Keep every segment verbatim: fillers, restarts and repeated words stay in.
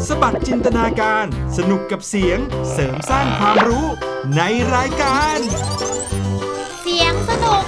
สบัดจินตนาการสนุกกับเสียงเสริมสร้างความรู้ในรายการเสียงสนุก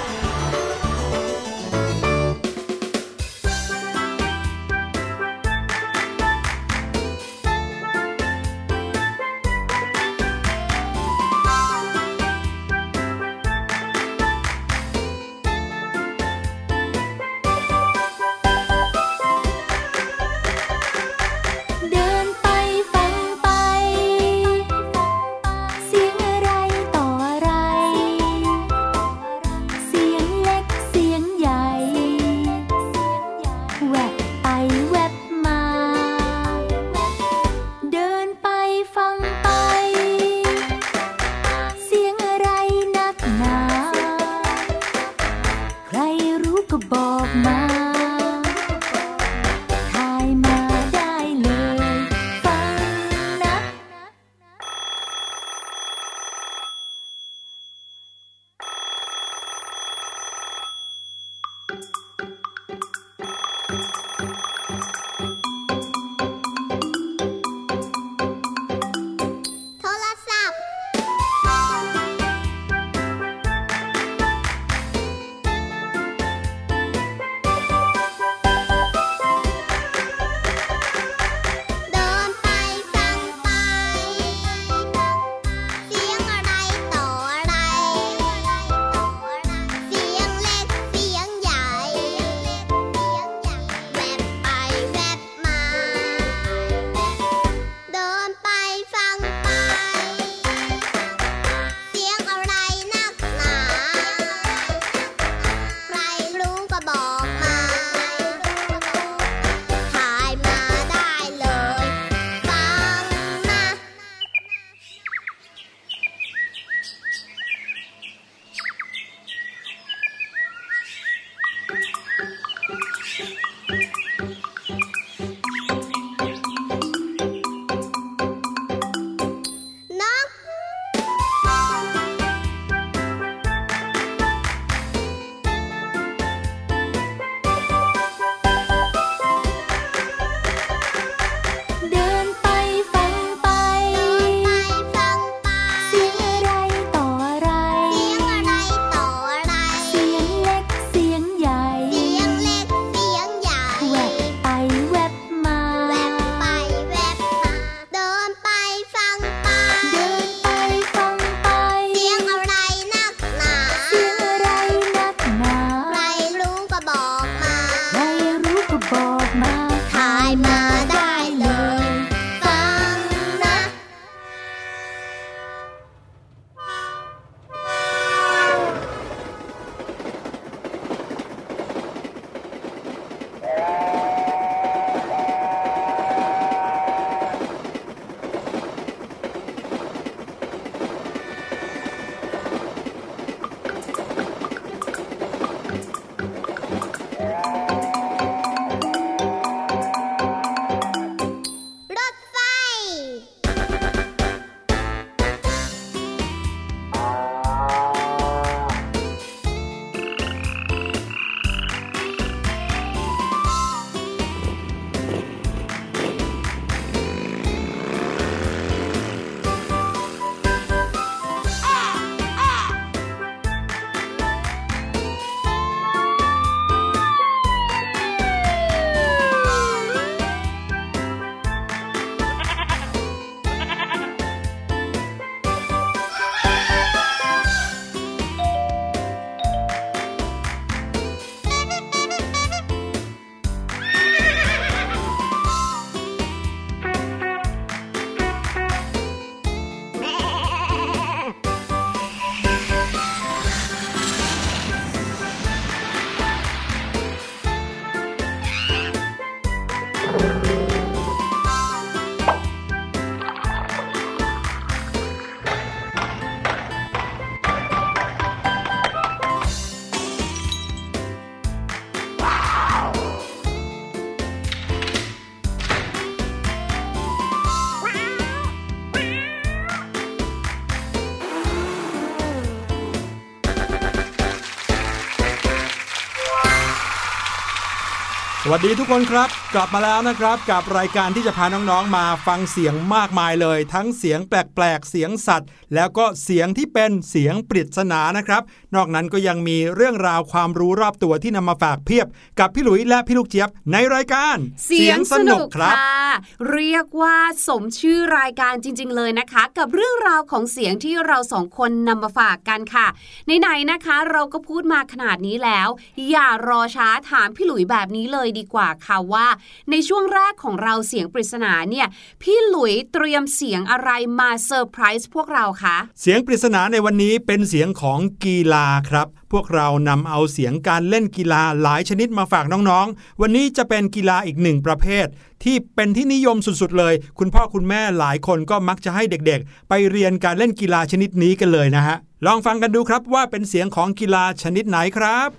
สวัสดีทุกคนครับกลับมาแล้วนะครับกับรายการที่จะพาน้องๆมาฟังเสียงมากมายเลยทั้งเสียงแปลกๆเสียงสัตว์แล้วก็เสียงที่เป็นเสียงปริศนานะครับนอกนั้นก็ยังมีเรื่องราวความรู้รอบตัวที่นำมาฝากเพียบกับพี่หลุยและพี่ลูกเจี๊ยบในรายการเสียงสนุกครับเรียกว่าสมชื่อรายการจริงๆเลยนะคะกับเรื่องราวของเสียงที่เราสองคนนำมาฝากกันค่ะไหนๆนะคะเราก็พูดมาขนาดนี้แล้วอย่ารอช้าถามพี่หลุยแบบนี้เลยดีกว่าค่ะว่าในช่วงแรกของเราเสียงปริศนาเนี่ยพี่หลุยเตรียมเสียงอะไรมาเซอร์ไพรส์พวกเราคะเสียงปริศนาในวันนี้เป็นเสียงของกีฬาครับพวกเรานำเอาเสียงการเล่นกีฬาหลายชนิดมาฝากน้องๆวันนี้จะเป็นกีฬาอีกหนึ่งประเภทที่เป็นที่นิยมสุดๆเลยคุณพ่อคุณแม่หลายคนก็มักจะให้เด็กๆไปเรียนการเล่นกีฬาชนิดนี้กันเลยนะฮะลองฟังกันดูครับว่าเป็นเสียงของกีฬาชนิดไหนครับ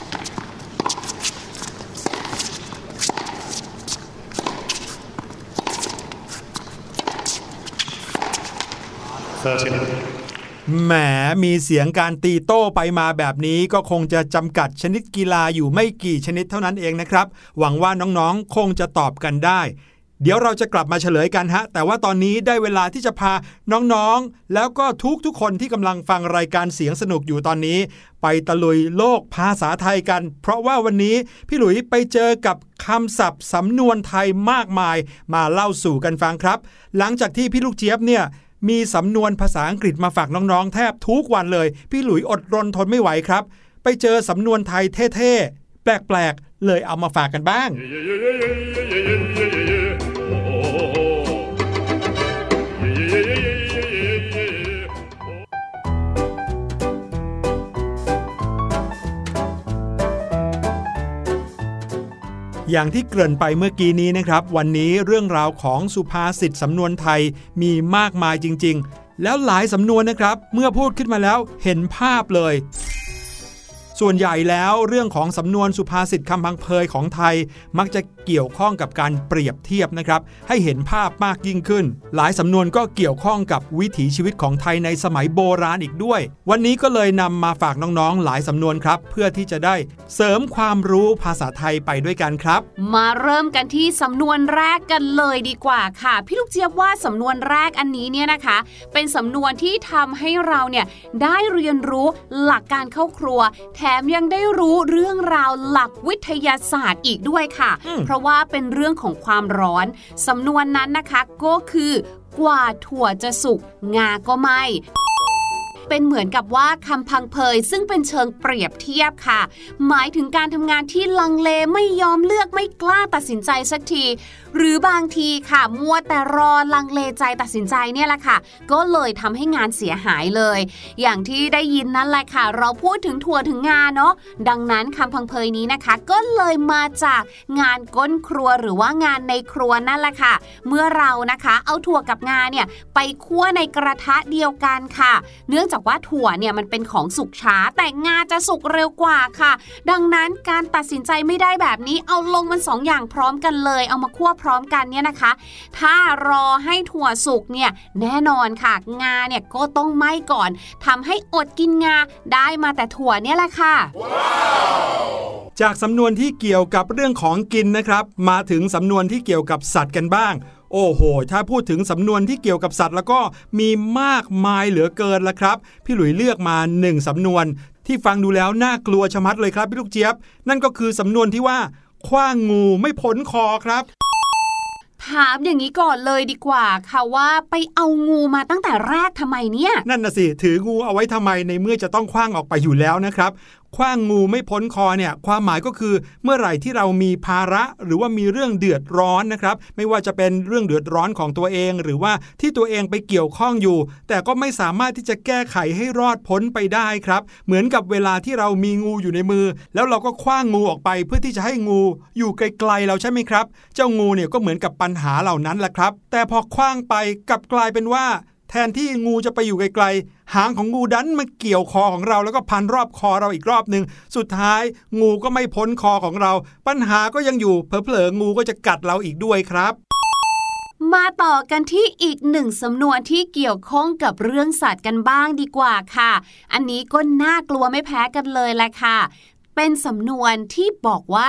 แหมมีเสียงการตีโต้ไปมาแบบนี้ก็คงจะจำกัดชนิดกีฬาอยู่ไม่กี่ชนิดเท่านั้นเองนะครับหวังว่าน้องๆคงจะตอบกันได้เดี๋ยวเราจะกลับมาเฉลยกันฮะแต่ว่าตอนนี้ได้เวลาที่จะพาน้องๆแล้วก็ทุกๆคนที่กำลังฟังรายการเสียงสนุกอยู่ตอนนี้ไปตะลุยโลกภาษาไทยกันเพราะว่าวันนี้พี่หลุยไปเจอกับคำศัพท์สำนวนไทยมากมายมาเล่าสู่กันฟังครับหลังจากที่พี่ลูกเจี๊ยบเนี่ยมีสำนวนภาษาอังกฤษมาฝากน้องๆแทบทุกวันเลยพี่หลุยอดรนทนไม่ไหวครับไปเจอสำนวนไทยเท่ๆแปลกๆเลยเอามาฝากกันบ้างอย่างที่เกริ่นไปเมื่อกี้นี้นะครับวันนี้เรื่องราวของสุภาษิตสำนวนไทยมีมากมายจริงๆแล้วหลายสำนวนนะครับเมื่อพูดขึ้นมาแล้วเห็นภาพเลยส่วนใหญ่แล้วเรื่องของสำนวนสุภาษิตคำพังเพยของไทยมักจะเกี่ยวข้องกับการเปรียบเทียบนะครับให้เห็นภาพมากยิ่งขึ้นหลายสำนวนก็เกี่ยวข้องกับวิถีชีวิตของไทยในสมัยโบราณอีกด้วยวันนี้ก็เลยนำมาฝากน้องๆหลายสำนวนครับเพื่อที่จะได้เสริมความรู้ภาษาไทยไปด้วยกันครับมาเริ่มกันที่สำนวนแรกกันเลยดีกว่าค่ะพี่ลูกเจี๊ยบว่าสำนวนแรกอันนี้เนี่ยนะคะเป็นสำนวนที่ทำให้เราเนี่ยได้เรียนรู้หลักการเข้าครัวแถมยังได้รู้เรื่องราวหลักวิทยาศาสตร์อีกด้วยค่ะเพราะว่าเป็นเรื่องของความร้อนสำนวนนั้นนะคะก็คือกว่าถั่วจะสุกงาก็ไหม้เป็นเหมือนกับว่าคำพังเพยซึ่งเป็นเชิงเปรียบเทียบค่ะหมายถึงการทำงานที่ลังเลไม่ยอมเลือกไม่กล้าตัดสินใจสักทีหรือบางทีค่ะมัวแต่รอลังเลใจตัดสินใจเนี่ยแหละค่ะก็เลยทำให้งานเสียหายเลยอย่างที่ได้ยินนั่นแหละค่ะเราพูดถึงถั่วถึงงาเนาะดังนั้นคำพังเพยนี้นะคะก็เลยมาจากงานก้นครัวหรือว่างานในครัวนั่นแหละค่ะเมื่อเรานะคะเอาถั่วกับงาเนี่ยไปคั่วในกระทะเดียวกันค่ะเนื่องจากว่าถั่วเนี่ยมันเป็นของสุกช้าแต่งาจะสุกเร็วกว่าค่ะดังนั้นการตัดสินใจไม่ได้แบบนี้เอาลงมันสองอย่างพร้อมกันเลยเอามาคั่วพร้อมกันเนี่ยนะคะถ้ารอให้ถั่วสุกเนี่ยแน่นอนค่ะงาเนี่ยก็ต้องไหม้ก่อนทำให้อดกินงาได้มาแต่ถั่วเนี่ยแหละค่ะ wow! จากสำนวนที่เกี่ยวกับเรื่องของกินนะครับมาถึงสำนวนที่เกี่ยวกับสัตว์กันบ้างโอ้โหถ้าพูดถึงสำนวนที่เกี่ยวกับสัตว์แล้วก็มีมากมายเหลือเกินละครับพี่หลุยเลือกมาหนึ่งสำนวนที่ฟังดูแล้วน่ากลัวชะมัดเลยครับพี่ลูกเจี๊ยบนั่นก็คือสำนวนที่ว่าขว้างงูไม่พ้นคอครับถามอย่างนี้ก่อนเลยดีกว่าค่ะว่าไปเอางูมาตั้งแต่แรกทำไมเนี่ยนั่นน่ะสิถืองูเอาไว้ทำไมในเมื่อจะต้องขว้างออกไปอยู่แล้วนะครับขว้างงูไม่พ้นคอเนี่ยความหมายก็คือเมื่อไหร่ที่เรามีภาระหรือว่ามีเรื่องเดือดร้อนนะครับไม่ว่าจะเป็นเรื่องเดือดร้อนของตัวเองหรือว่าที่ตัวเองไปเกี่ยวข้องอยู่แต่ก็ไม่สามารถที่จะแก้ไขให้รอดพ้นไปได้ครับเหมือนกับเวลาที่เรามีงูอยู่ในมือแล้วเราก็ขว้างงูออกไปเพื่อที่จะให้งูอยู่ไกลๆเราใช่ไหมครับเจ้างูเนี่ยก็เหมือนกับปัญหาเหล่านั้นแหละครับแต่พอขว้างไปกลับกลายเป็นว่าแทนที่งูจะไปอยู่ไกลๆหางของงูดันมาเกี่ยวคอของเราแล้วก็พันรอบคอเราอีกรอบนึงสุดท้ายงูก็ไม่พ้นคอของเราปัญหาก็ยังอยู่เผลอๆงูก็จะกัดเราอีกด้วยครับมาต่อกันที่อีกหนึ่งสำนวนที่เกี่ยวข้องกับเรื่องสัตว์กันบ้างดีกว่าค่ะอันนี้ก็น่ากลัวไม่แพ้กันเลยแหละค่ะเป็นสำนวนที่บอกว่า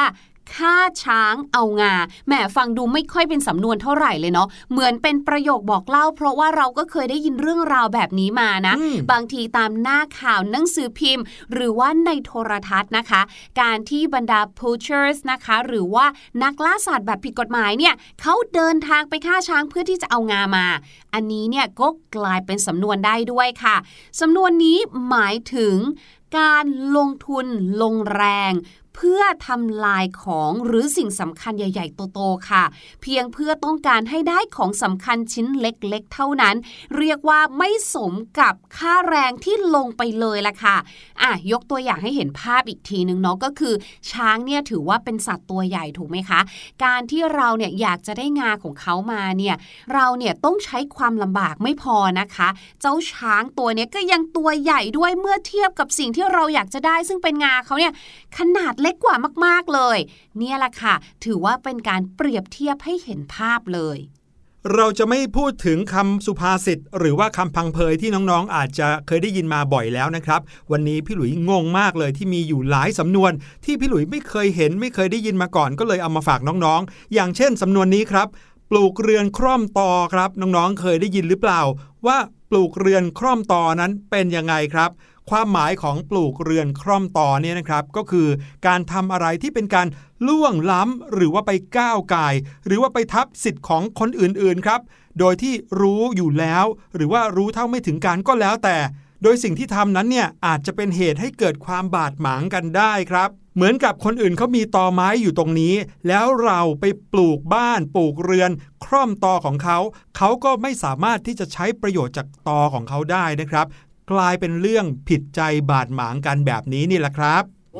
ฆ่าช้างเอางาแหมฟังดูไม่ค่อยเป็นสำนวนเท่าไหร่เลยเนาะเหมือนเป็นประโยคบอกเล่าเพราะว่าเราก็เคยได้ยินเรื่องราวแบบนี้มานะบางทีตามหน้าข่าวหนังสือพิมพ์หรือว่าในโทรทัศน์นะคะการที่บรรดา poachers นะคะหรือว่านักล่าสัตว์แบบผิดกฎหมายเนี่ยเขาเดินทางไปฆ่าช้างเพื่อที่จะเอางามาอันนี้เนี่ยก็กลายเป็นสำนวนได้ด้วยค่ะสำนวนนี้หมายถึงการลงทุนลงแรงเพื่อทำลายของหรือสิ่งสำคัญใหญ่ๆโตๆค่ะเพียงเพื่อต้องการให้ได้ของสำคัญชิ้นเล็กๆเท่านั้นเรียกว่าไม่สมกับค่าแรงที่ลงไปเลยล่ะค่ะอ่ะยกตัวอย่างให้เห็นภาพอีกทีนึงเนาะก็คือช้างเนี่ยถือว่าเป็นสัตว์ตัวใหญ่ถูกไหมคะการที่เราเนี่ยอยากจะได้งาของเขามาเนี่ยเราเนี่ยต้องใช้ความลำบากไม่พอนะคะเจ้าช้างตัวเนี้ยก็ยังตัวใหญ่ด้วยเมื่อเทียบกับสิ่งที่เราอยากจะได้ซึ่งเป็นงาเขาเนี่ยขนาดเล็กกว่ามากๆเลยเนี่ยแหละค่ะถือว่าเป็นการเปรียบเทียบให้เห็นภาพเลยเราจะไม่พูดถึงคำสุภาษิตหรือว่าคำพังเพยที่น้องๆอาจจะเคยได้ยินมาบ่อยแล้วนะครับวันนี้พี่หลุยงงมากเลยที่มีอยู่หลายสำนวนที่พี่หลุยไม่เคยเห็นไม่เคยได้ยินมาก่อนก็เลยเอามาฝากน้องๆอย่างเช่นสำนวนนี้ครับปลูกเรือนคร่อมตอครับน้องๆเคยได้ยินหรือเปล่าว่าปลูกเรือนคร่อมตอนั้นเป็นยังไงครับความหมายของปลูกเรือนคร่อมตอเนี่ยนะครับก็คือการทำอะไรที่เป็นการล่วงล้ำหรือว่าไปก้าวก่ายหรือว่าไปทับสิทธิ์ของคนอื่นๆครับโดยที่รู้อยู่แล้วหรือว่ารู้เท่าไม่ถึงการก็แล้วแต่โดยสิ่งที่ทำนั้นเนี่ยอาจจะเป็นเหตุให้เกิดความบาดหมางกันได้ครับเหมือนกับคนอื่นเขามีตอไม้อยู่ตรงนี้แล้วเราไปปลูกบ้านปลูกเรือนคร่อมตอของเขาเขาก็ไม่สามารถที่จะใช้ประโยชน์จากตอของเขาได้นะครับกลายเป็นเรื่องผิดใจบาดหมางกันแบบนี้นี่แหละครับ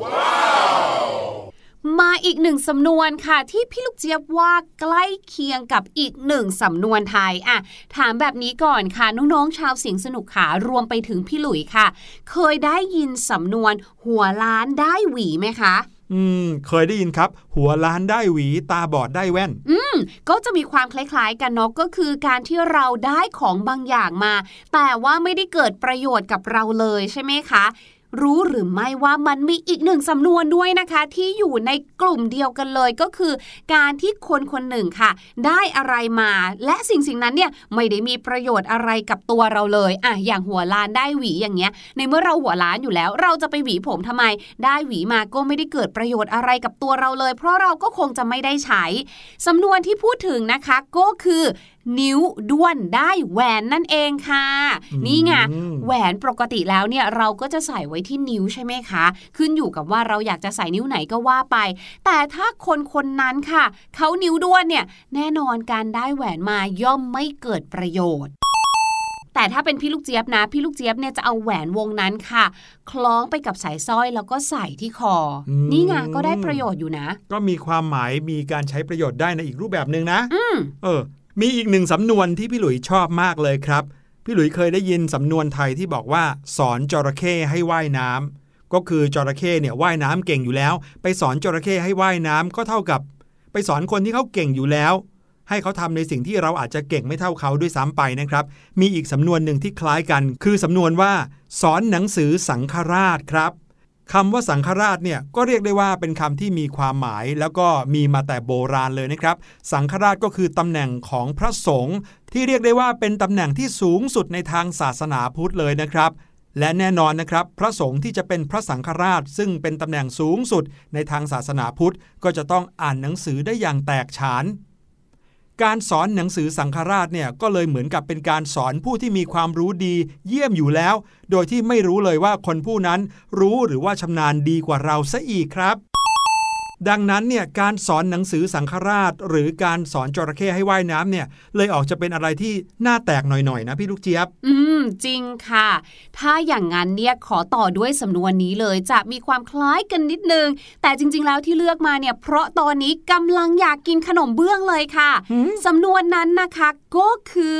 wow! มาอีกหนึ่งสำนวนค่ะที่พี่ลูกเจี๊ยบว่าใกล้เคียงกับอีกหนึ่งสำนวนไทยอ่ะถามแบบนี้ก่อนค่ะน้องๆชาวเสียงสนุกขารวมไปถึงพี่หลุยค่ะเคยได้ยินสำนวนหัวล้านได้หวีไหมคะอืมเคยได้ยินครับหัวล้านได้หวีตาบอดได้แว่นอืมก็จะมีความคล้ายๆกันเนาะก็คือการที่เราได้ของบางอย่างมาแต่ว่าไม่ได้เกิดประโยชน์กับเราเลยใช่ไหมคะรู้หรือไม่ว่ามันมีอีกหนึ่งสำนวนด้วยนะคะที่อยู่ในกลุ่มเดียวกันเลยก็คือการที่คนคนหนึ่งค่ะได้อะไรมาและสิ่งสิ่งนั้นเนี่ยไม่ได้มีประโยชน์อะไรกับตัวเราเลยอ่ะอย่างหัวล้านได้หวีอย่างเงี้ยในเมื่อเราหัวล้านอยู่แล้วเราจะไปหวีผมทำไมได้หวีมาก็ไม่ได้เกิดประโยชน์อะไรกับตัวเราเลยเพราะเราก็คงจะไม่ได้ใช้สำนวนที่พูดถึงนะคะก็คือนิ้วด้วนได้แหวนนั่นเองค่ะนี่ไงแหวนปกติแล้วเนี่ยเราก็จะใส่ไว้ที่นิ้วใช่ไหมคะขึ้นอยู่กับว่าเราอยากจะใส่นิ้วไหนก็ว่าไปแต่ถ้าคนคนนั้นค่ะเขานิ้วด้วนเนี่ยแน่นอนการได้แหวนมาย่อมไม่เกิดประโยชน์แต่ถ้าเป็นพี่ลูกเจี๊ยบนะพี่ลูกเจี๊ยบเนี่ยจะเอาแหวนวงนั้นค่ะคล้องไปกับสายสร้อยแล้วก็ใส่ที่คอนี่ไงก็ได้ประโยชน์อยู่นะก็มีความหมายมีการใช้ประโยชน์ได้ในอีกรูปแบบนึงนะอืมเออมีอีกหนึ่งสำนวนที่พี่หลุยชอบมากเลยครับพี่หลุยเคยได้ยินสำนวนไทยที่บอกว่าสอนจระเข้ให้ว่ายน้ำก็คือจระเข้เนี่ยว่ายน้ำเก่งอยู่แล้วไปสอนจระเข้ให้ว่ายน้ำก็เท่ากับไปสอนคนที่เขาเก่งอยู่แล้วให้เขาทำในสิ่งที่เราอาจจะเก่งไม่เท่าเขาด้วยซ้ำไปนะครับมีอีกสำนวนหนึ่งที่คล้ายกันคือสำนวนว่าสอนหนังสือสังฆราชครับคำว่าสังฆราชเนี่ยก็เรียกได้ว่าเป็นคำที่มีความหมายแล้วก็มีมาแต่โบราณเลยนะครับสังฆราชก็คือตำแหน่งของพระสงฆ์ที่เรียกได้ว่าเป็นตำแหน่งที่สูงสุดในทางศาสนาพุทธเลยนะครับและแน่นอนนะครับพระสงฆ์ที่จะเป็นพระสังฆราชซึ่งเป็นตำแหน่งสูงสุดในทางศาสนาพุทธก็จะต้องอ่านหนังสือได้อย่างแตกฉานการสอนหนังสือสังฆราชเนี่ยก็เลยเหมือนกับเป็นการสอนผู้ที่มีความรู้ดีเยี่ยมอยู่แล้วโดยที่ไม่รู้เลยว่าคนผู้นั้นรู้หรือว่าชำนาญดีกว่าเราซะอีกครับดังนั้นเนี่ยการสอนหนังสือสังฆราชหรือการสอนจระเข้ให้ว่ายน้ำเนี่ยเลยออกจะเป็นอะไรที่น่าแตกหน่อยๆนะพี่ลูกเจี๊ยบอืมจริงค่ะถ้าอย่างนั้นเนี่ยขอต่อด้วยสำนวนนี้เลยจะมีความคล้ายกันนิดนึงแต่จริงๆแล้วที่เลือกมาเนี่ยเพราะตอนนี้กำลังอยากกินขนมเบื้องเลยค่ะสำนวนนั้นนะคะก็คือ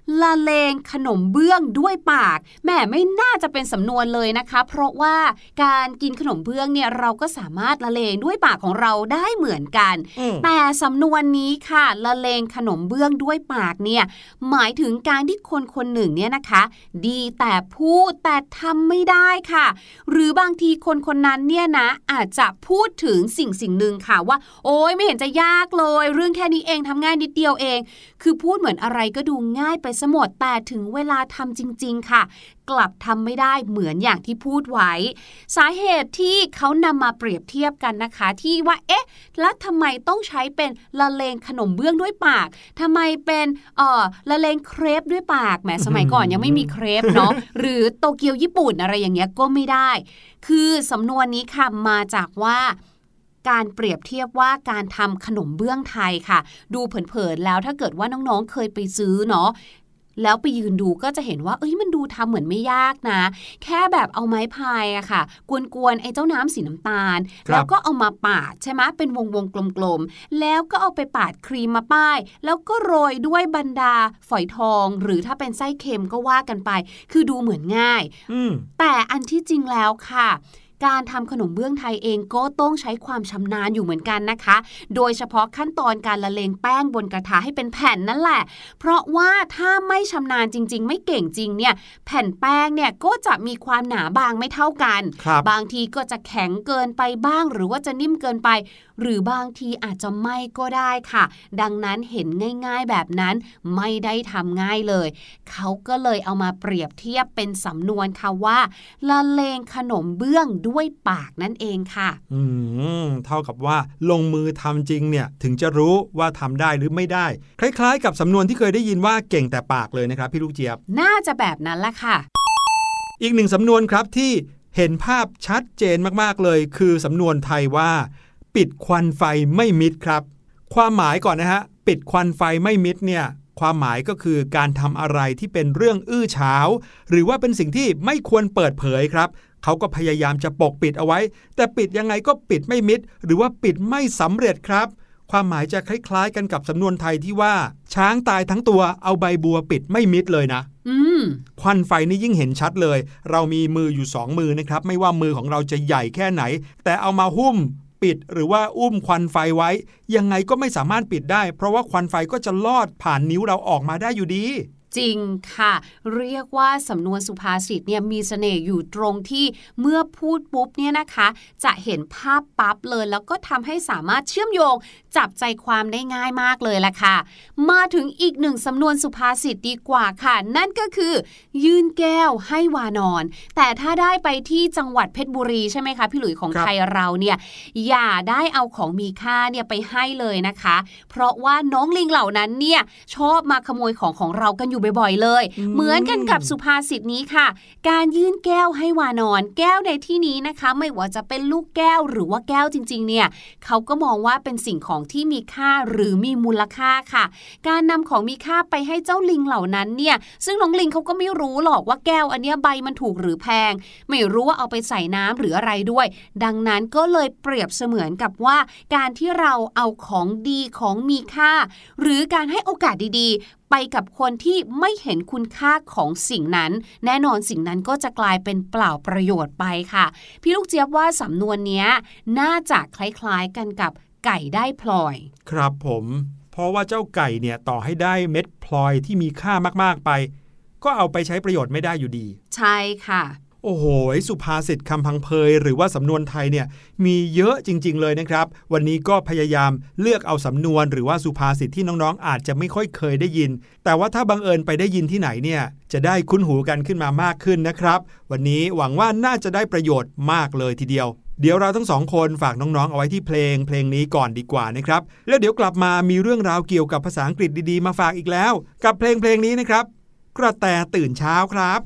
ละเลงขนมเบื้องด้วยปากแหมไม่น่าจะเป็นสำนวนเลยนะคะเพราะว่าการกินขนมเบื้องเนี่ยเราก็สามารถละเลงด้วยปากของเราได้เหมือนกันแต่สำนวนนี้ค่ะละเลงขนมเบื้องด้วยปากเนี่ยหมายถึงการที่คนคนหนึ่งเนี่ยนะคะดีแต่พูดแต่ทำไม่ได้ค่ะหรือบางทีคนคนนั้นเนี่ยนะอาจจะพูดถึงสิ่งสิ่งหนึ่งค่ะว่าโอ๊ยไม่เห็นจะยากเลยเรื่องแค่นี้เองทำง่ายนิดเดียวเองคือพูดเหมือนอะไรก็ดูง่ายไปซะหมดแต่ถึงเวลาทำจริงๆค่ะกลับทำไม่ได้เหมือนอย่างที่พูดไว้สาเหตุที่เขานำมาเปรียบเทียบกันนะคะที่ว่าเอ๊ะแล้วทำไมต้องใช้เป็นละเลงขนมเบื้องด้วยปากทำไมเป็นเอ่อละเลงเครปด้วยปากแหมสมัยก่อนยังไม่มีเครปเนาะ หรือโตเกียวญี่ปุ่นอะไรอย่างเงี้ยก็ไม่ได้คือสำนวนนี้ค่ะมาจากว่าการเปรียบเทียบว่าการทำขนมเบื้องไทยค่ะดูเผินๆแล้วถ้าเกิดว่าน้องๆเคยไปซื้อเนาะแล้วไปยืนดูก็จะเห็นว่าเอ้ยมันดูทำเหมือนไม่ยากนะแค่แบบเอาไม้พายอะค่ะกวนๆไอ้เจ้าน้ำสีน้ำตาลแล้วก็เอามาปาดใช่ไหมเป็นวงวงกลมๆแล้วก็เอาไปปาดครีมมาป้ายแล้วก็โรยด้วยบรรดาฝอยทองหรือถ้าเป็นไส้เค็มก็ว่ากันไปคือดูเหมือนง่ายแต่อันที่จริงแล้วค่ะการทำขนมเบื้องไทยเองก็ต้องใช้ความชำนาญอยู่เหมือนกันนะคะโดยเฉพาะขั้นตอนการละเลงแป้งบนกระทะให้เป็นแผ่นนั่นแหละเพราะว่าถ้าไม่ชำนาญจริงๆไม่เก่งจริงเนี่ยแผ่นแป้งเนี่ยก็จะมีความหนาบางไม่เท่ากัน บางทีก็จะแข็งเกินไปบ้างหรือว่าจะนิ่มเกินไปหรือบางทีอาจจะไหม้ก็ได้ค่ะดังนั้นเห็นง่ายๆแบบนั้นไม่ได้ทำง่ายเลยเขาก็เลยเอามาเปรียบเทียบเป็นสำนวนค่ะว่าละเลงขนมเบื้องด้วยปากนั่นเองค่ะอืมเท่ากับว่าลงมือทำจริงเนี่ยถึงจะรู้ว่าทำได้หรือไม่ได้คล้ายๆกับสำนวนที่เคยได้ยินว่าเก่งแต่ปากเลยนะครับพี่ลูกเจี๊ยบน่าจะแบบนั้นละค่ะอีกหนึ่งสำนวนครับที่เห็นภาพชัดเจนมากๆเลยคือสำนวนไทยว่าปิดควันไฟไม่มิดครับความหมายก่อนนะฮะปิดควันไฟไม่มิดเนี่ยความหมายก็คือการทำอะไรที่เป็นเรื่องอื้อฉาวหรือว่าเป็นสิ่งที่ไม่ควรเปิดเผยครับเขาก็พยายามจะปกปิดเอาไว้แต่ปิดยังไงก็ปิดไม่มิดหรือว่าปิดไม่สำเร็จครับความหมายจะคล้ายๆกันกับสำนวนไทยที่ว่าช้างตายทั้งตัวเอาใบบัวปิดไม่มิดเลยนะอืมควันไฟนี่ยิ่งเห็นชัดเลยเรามีมืออยู่สองมือนะครับไม่ว่ามือของเราจะใหญ่แค่ไหนแต่เอามาหุ้มปิดหรือว่าอุ้มควันไฟไว้ยังไงก็ไม่สามารถปิดได้เพราะว่าควันไฟก็จะลอดผ่านนิ้วเราออกมาได้อยู่ดีจริงค่ะเรียกว่าสำนวนสุภาษิตเนี่ยมีเสน่ห์อยู่ตรงที่เมื่อพูดปุ๊บเนี่ยนะคะจะเห็นภาพปั๊บเลยแล้วก็ทำให้สามารถเชื่อมโยงจับใจความได้ง่ายมากเลยล่ะค่ะมาถึงอีกหนึ่งสำนวนสุภาษิตดีกว่าค่ะนั่นก็คือยื่นแก้วให้วานอนแต่ถ้าได้ไปที่จังหวัดเพชรบุรีใช่ไหมคะพี่หลุยของไทยเราเนี่ยอย่าได้เอาของมีค่าเนี่ยไปให้เลยนะคะเพราะว่าน้องลิงเหล่านั้นเนี่ยชอบมาขโมยของของเรากันอยู่บ่อยๆเลยเหมือนกันกับสุภาษิตนี้ค่ะการยื่นแก้วให้วานอนแก้วในที่นี้นะคะไม่ว่าจะเป็นลูกแก้วหรือว่าแก้วจริงๆเนี่ยเขาก็มองว่าเป็นสิ่งของที่มีค่าหรือมีมูลค่าค่ะการนำของมีค่าไปให้เจ้าลิงเหล่านั้นเนี่ยซึ่งน้องลิงเขาก็ไม่รู้หรอกว่าแก้วอันเนี้ยใบมันถูกหรือแพงไม่รู้ว่าเอาไปใส่น้ำหรืออะไรด้วยดังนั้นก็เลยเปรียบเสมือนกับว่าการที่เราเอาของดีของมีค่าหรือการให้โอกาสดีๆไปกับคนที่ไม่เห็นคุณค่าของสิ่งนั้นแน่นอนสิ่งนั้นก็จะกลายเป็นเปล่าประโยชน์ไปค่ะพี่ลูกเจี๊ยบว่าสำนวนนี้น่าจะคล้ายๆกันกับไก่ได้พลอยครับผมเพราะว่าเจ้าไก่เนี่ยต่อให้ได้เม็ดพลอยที่มีค่ามากๆไปก็เอาไปใช้ประโยชน์ไม่ได้อยู่ดีใช่ค่ะโอ้โหสุภาษิตคำพังเพยหรือว่าสำนวนไทยเนี่ยมีเยอะจริงๆเลยนะครับวันนี้ก็พยายามเลือกเอาสำนวนหรือว่าสุภาษิตที่น้องๆอาจจะไม่ค่อยเคยได้ยินแต่ว่าถ้าบังเอิญไปได้ยินที่ไหนเนี่ยจะได้คุ้นหูกันขึ้นมามากขึ้นนะครับวันนี้หวังว่าน่าจะได้ประโยชน์มากเลยทีเดียวเดี๋ยวเราทั้งสองคนฝากน้องๆเอาไว้ที่เพลงเพลงนี้ก่อนดีกว่านะครับแล้วเดี๋ยวกลับมามีเรื่องราวเกี่ยวกับภาษาอังกฤษดีๆมาฝากอีกแล้วกับเพลงเพลงนี้นะครับกระแตตื่นเช้าครับ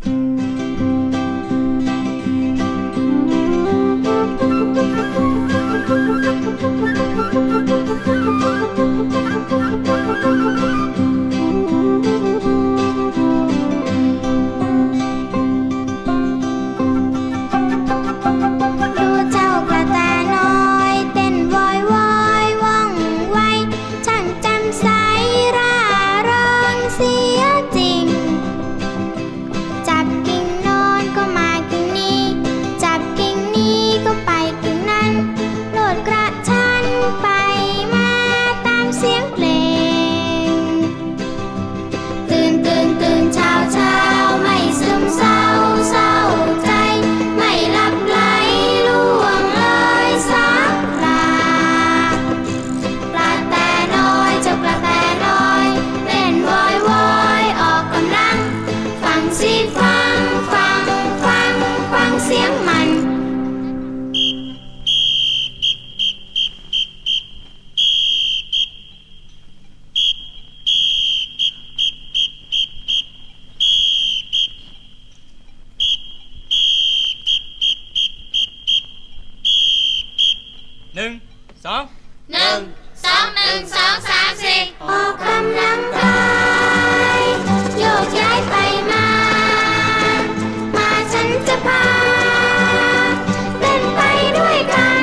จริงสองหนึ่งสองหนึ่งสองสามสี่ออกกำลังกายโยกย้ายไปมามาฉันจะพาเดินไปด้วยกัน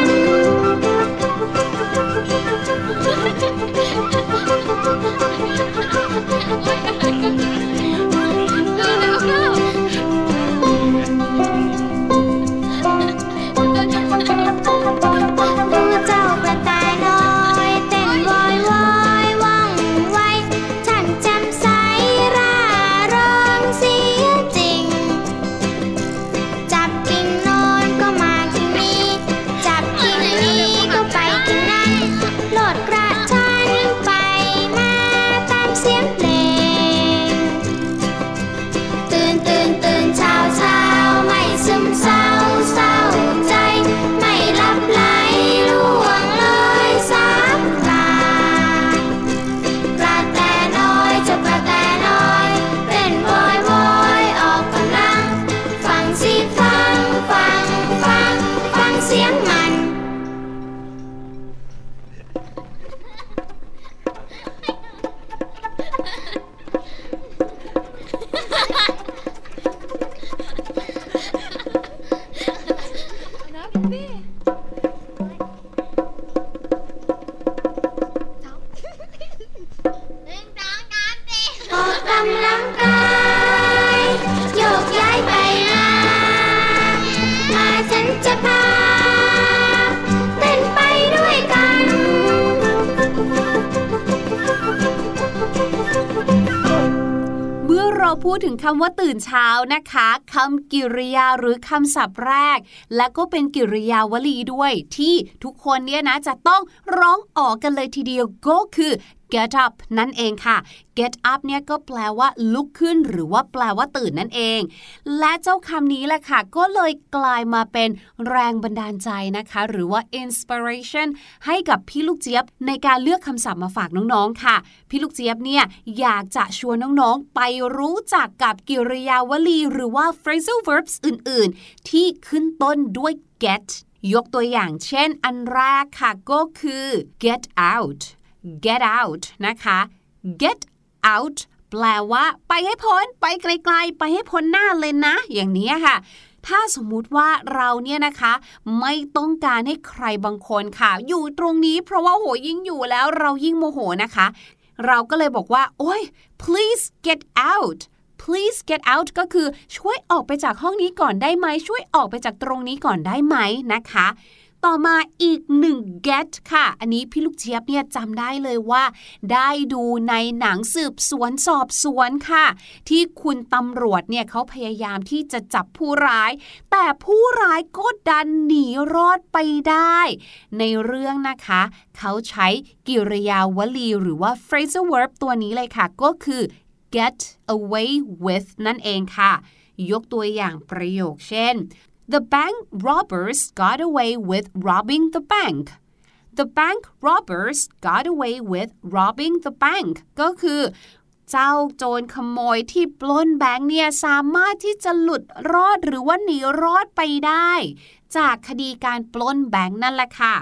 พูดถึงคำว่าตื่นเช้านะคะคำกริยาหรือคำศัพท์แรกและก็เป็นกริยาวลีด้วยที่ทุกคนเนี่ยนะจะต้องร้องออกกันเลยทีเดียวก็คือ get up นั่นเองค่ะ get up เนี่ยก็แปลว่าลุกขึ้นหรือว่าแปลว่าตื่นนั่นเองและเจ้าคำนี้แหละค่ะก็เลยกลายมาเป็นแรงบันดาลใจนะคะหรือว่า inspiration ให้กับพี่ลูกเจี๊ยบในการเลือกคำศัพท์มาฝากน้องๆค่ะพี่ลูกเจี๊ยบเนี่ยอยากจะชวนน้องๆไปรู้จักกับกริยาวลีหรือว่า phrasal verbs อื่นๆที่ขึ้นต้นด้วย get ยกตัวอย่างเช่นอันแรกค่ะก็คือ get out get out นะคะ get out แปลว่าไปให้พ้นไปไกลๆไปให้พ้นหน้าเลยนะอย่างนี้ค่ะถ้าสมมุติว่าเราเนี่ยนะคะไม่ต้องการให้ใครบางคนค่ะอยู่ตรงนี้เพราะว่าโหยิ่งอยู่แล้วเรายิ่งโมโหนะคะเราก็เลยบอกว่าโอ๊ย please get out please get out ก็คือช่วยออกไปจากห้องนี้ก่อนได้ไหมช่วยออกไปจากตรงนี้ก่อนได้ไหมนะคะต่อมาอีกหนึ่ง get ค่ะอันนี้พี่ลูกเจี๊ยบเนี่ยจำได้เลยว่าได้ดูในหนังสืบสวนสอบสวนค่ะที่คุณตำรวจเนี่ยเขาพยายามที่จะจับผู้ร้ายแต่ผู้ร้ายก็ดันหนีรอดไปได้ในเรื่องนะคะเขาใช้กริยาวลีหรือว่า phrasal verb ตัวนี้เลยค่ะก็คือ get away with นั่นเองค่ะยกตัวอย่างประโยคเช่นThe bank robbers got away with robbing the bank. The bank robbers got away with robbing the bank. ก็คือเจ้าโจรขโมยที่ปล้นแบงค์เนี่ยสามารถที่จะหลุดรอดหรือว่าหนีรอดไปได้จากคดีการปล้นแบงค์นั่นแหละค่ะ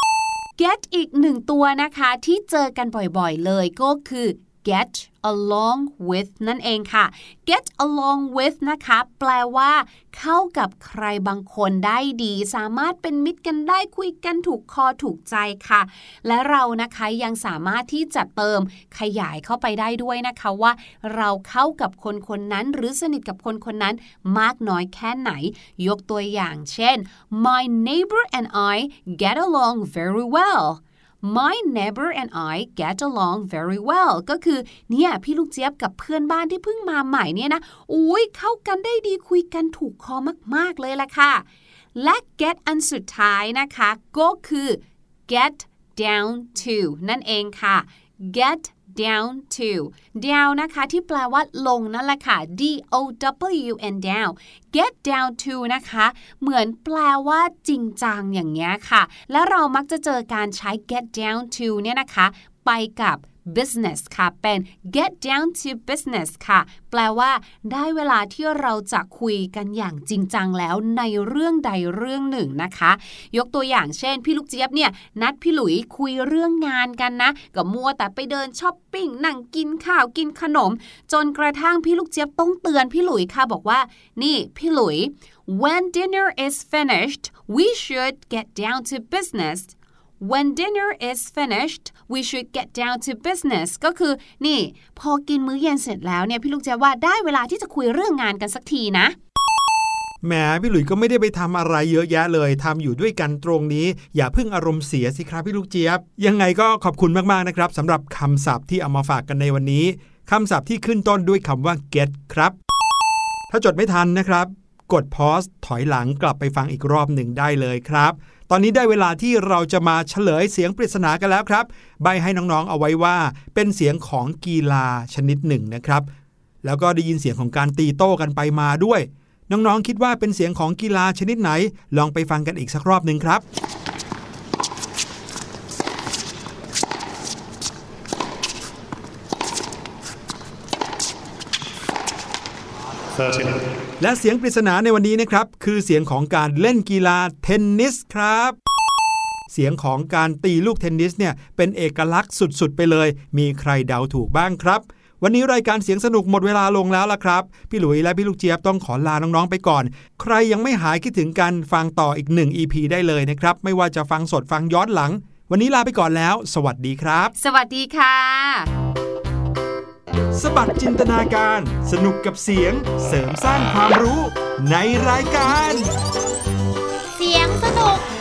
get อีกหนึ่งตัวนะคะที่เจอกันบ่อยๆเลยก็คือ get along with นั่นเองค่ะ get along with นะคะแปลว่าเข้ากับใครบางคนได้ดีสามารถเป็นมิตรกันได้คุยกันถูกคอถูกใจค่ะและเรานะคะยังสามารถที่จะเติมขยายเข้าไปได้ด้วยนะคะว่าเราเข้ากับคนคนนั้นหรือสนิทกับคนคนนั้นมากน้อยแค่ไหนยกตัวอย่างเช่น My neighbor and I get along very well.My neighbor and I get along very well ก็คือเนี่ยพี่ลูกเจี๊ยบกับเพื่อนบ้านที่เพิ่งมาใหม่เนี่ยนะอุ้ยเข้ากันได้ดีคุยกันถูกคอมากๆเลยแหละค่ะและ get อันสุดท้ายนะคะก็คือ get down to นั่นเองค่ะ get down to down นะคะที่แปลว่าลงนั่นแหละค่ะ D O W N down get down to นะคะเหมือนแปลว่าจริงจังอย่างเงี้ยค่ะและเรามักจะเจอการใช้ get down to เนี่ยนะคะไปกับ business ค่ะเป็น get down to business ค่ะแปลว่าได้เวลาที่เราจะคุยกันอย่างจริงจังแล้วในเรื่องใดเรื่องหนึ่งนะคะยกตัวอย่างเช่นพี่ลูกเจี๊ยบเนี่ยนัดพี่หลุยคุยเรื่องงานกันนะก็มัวแต่ไปเดินช้อปปิ้งนั่งกินข้าวกินขนมจนกระทั่งพี่ลูกเจี๊ยบต้องเตือนพี่หลุยค่ะบอกว่านี่พี่หลุย when dinner is finished we should get down to business when dinner is finished we should get down to business ก็คือนี่พอกินมื้อเย็นเสร็จแล้วเนี่ยพี่ลูกเจี๊ยบว่าได้เวลาที่จะคุยเรื่องงานกันสักทีนะแหมพี่หลุยก็ไม่ได้ไปทำอะไรเยอะแยะเลยทำอยู่ด้วยกันตรงนี้อย่าเพิ่งอารมณ์เสียสิครับพี่ลูกเจี๊ยบยังไงก็ขอบคุณมากๆนะครับสำหรับคำศัพท์ที่เอามาฝากกันในวันนี้คำศัพท์ที่ขึ้นต้นด้วยคำว่า get ครับถ้าจดไม่ทันนะครับกด pause ถอยหลังกลับไปฟังอีกรอบหนึ่งได้เลยครับตอนนี้ได้เวลาที่เราจะมาเฉลยเสียงปริศนากันแล้วครับใบให้น้องๆเอาไว้ว่าเป็นเสียงของกีฬาชนิดหนึ่งนะครับแล้วก็ได้ยินเสียงของการตีโต้กันไปมาด้วยน้องๆคิดว่าเป็นเสียงของกีฬาชนิดไหนลองไปฟังกันอีกสักรอบหนึ่งครับและเสียงปริศนาในวันนี้นะครับคือเสียงของการเล่นกีฬาเทนนิสครับเสียงของการตีลูกเทนนิสเนี่ยเป็นเอกลักษณ์สุดๆไปเลยมีใครเดาถูกบ้างครับวันนี้รายการเสียงสนุกหมดเวลาลงแล้วล่ะครับพี่หลุยและพี่ลูกเจี๊ยบต้องขอลาน้องๆไปก่อนใครยังไม่หายคิดถึงกันฟังต่ออีกหนึ่ง อี พี ได้เลยนะครับไม่ว่าจะฟังสดฟังย้อนหลังวันนี้ลาไปก่อนแล้วสวัสดีครับสวัสดีค่ะสบัดจินตนาการสนุกกับเสียงเสริมสร้างความรู้ในรายการเสียงสนุก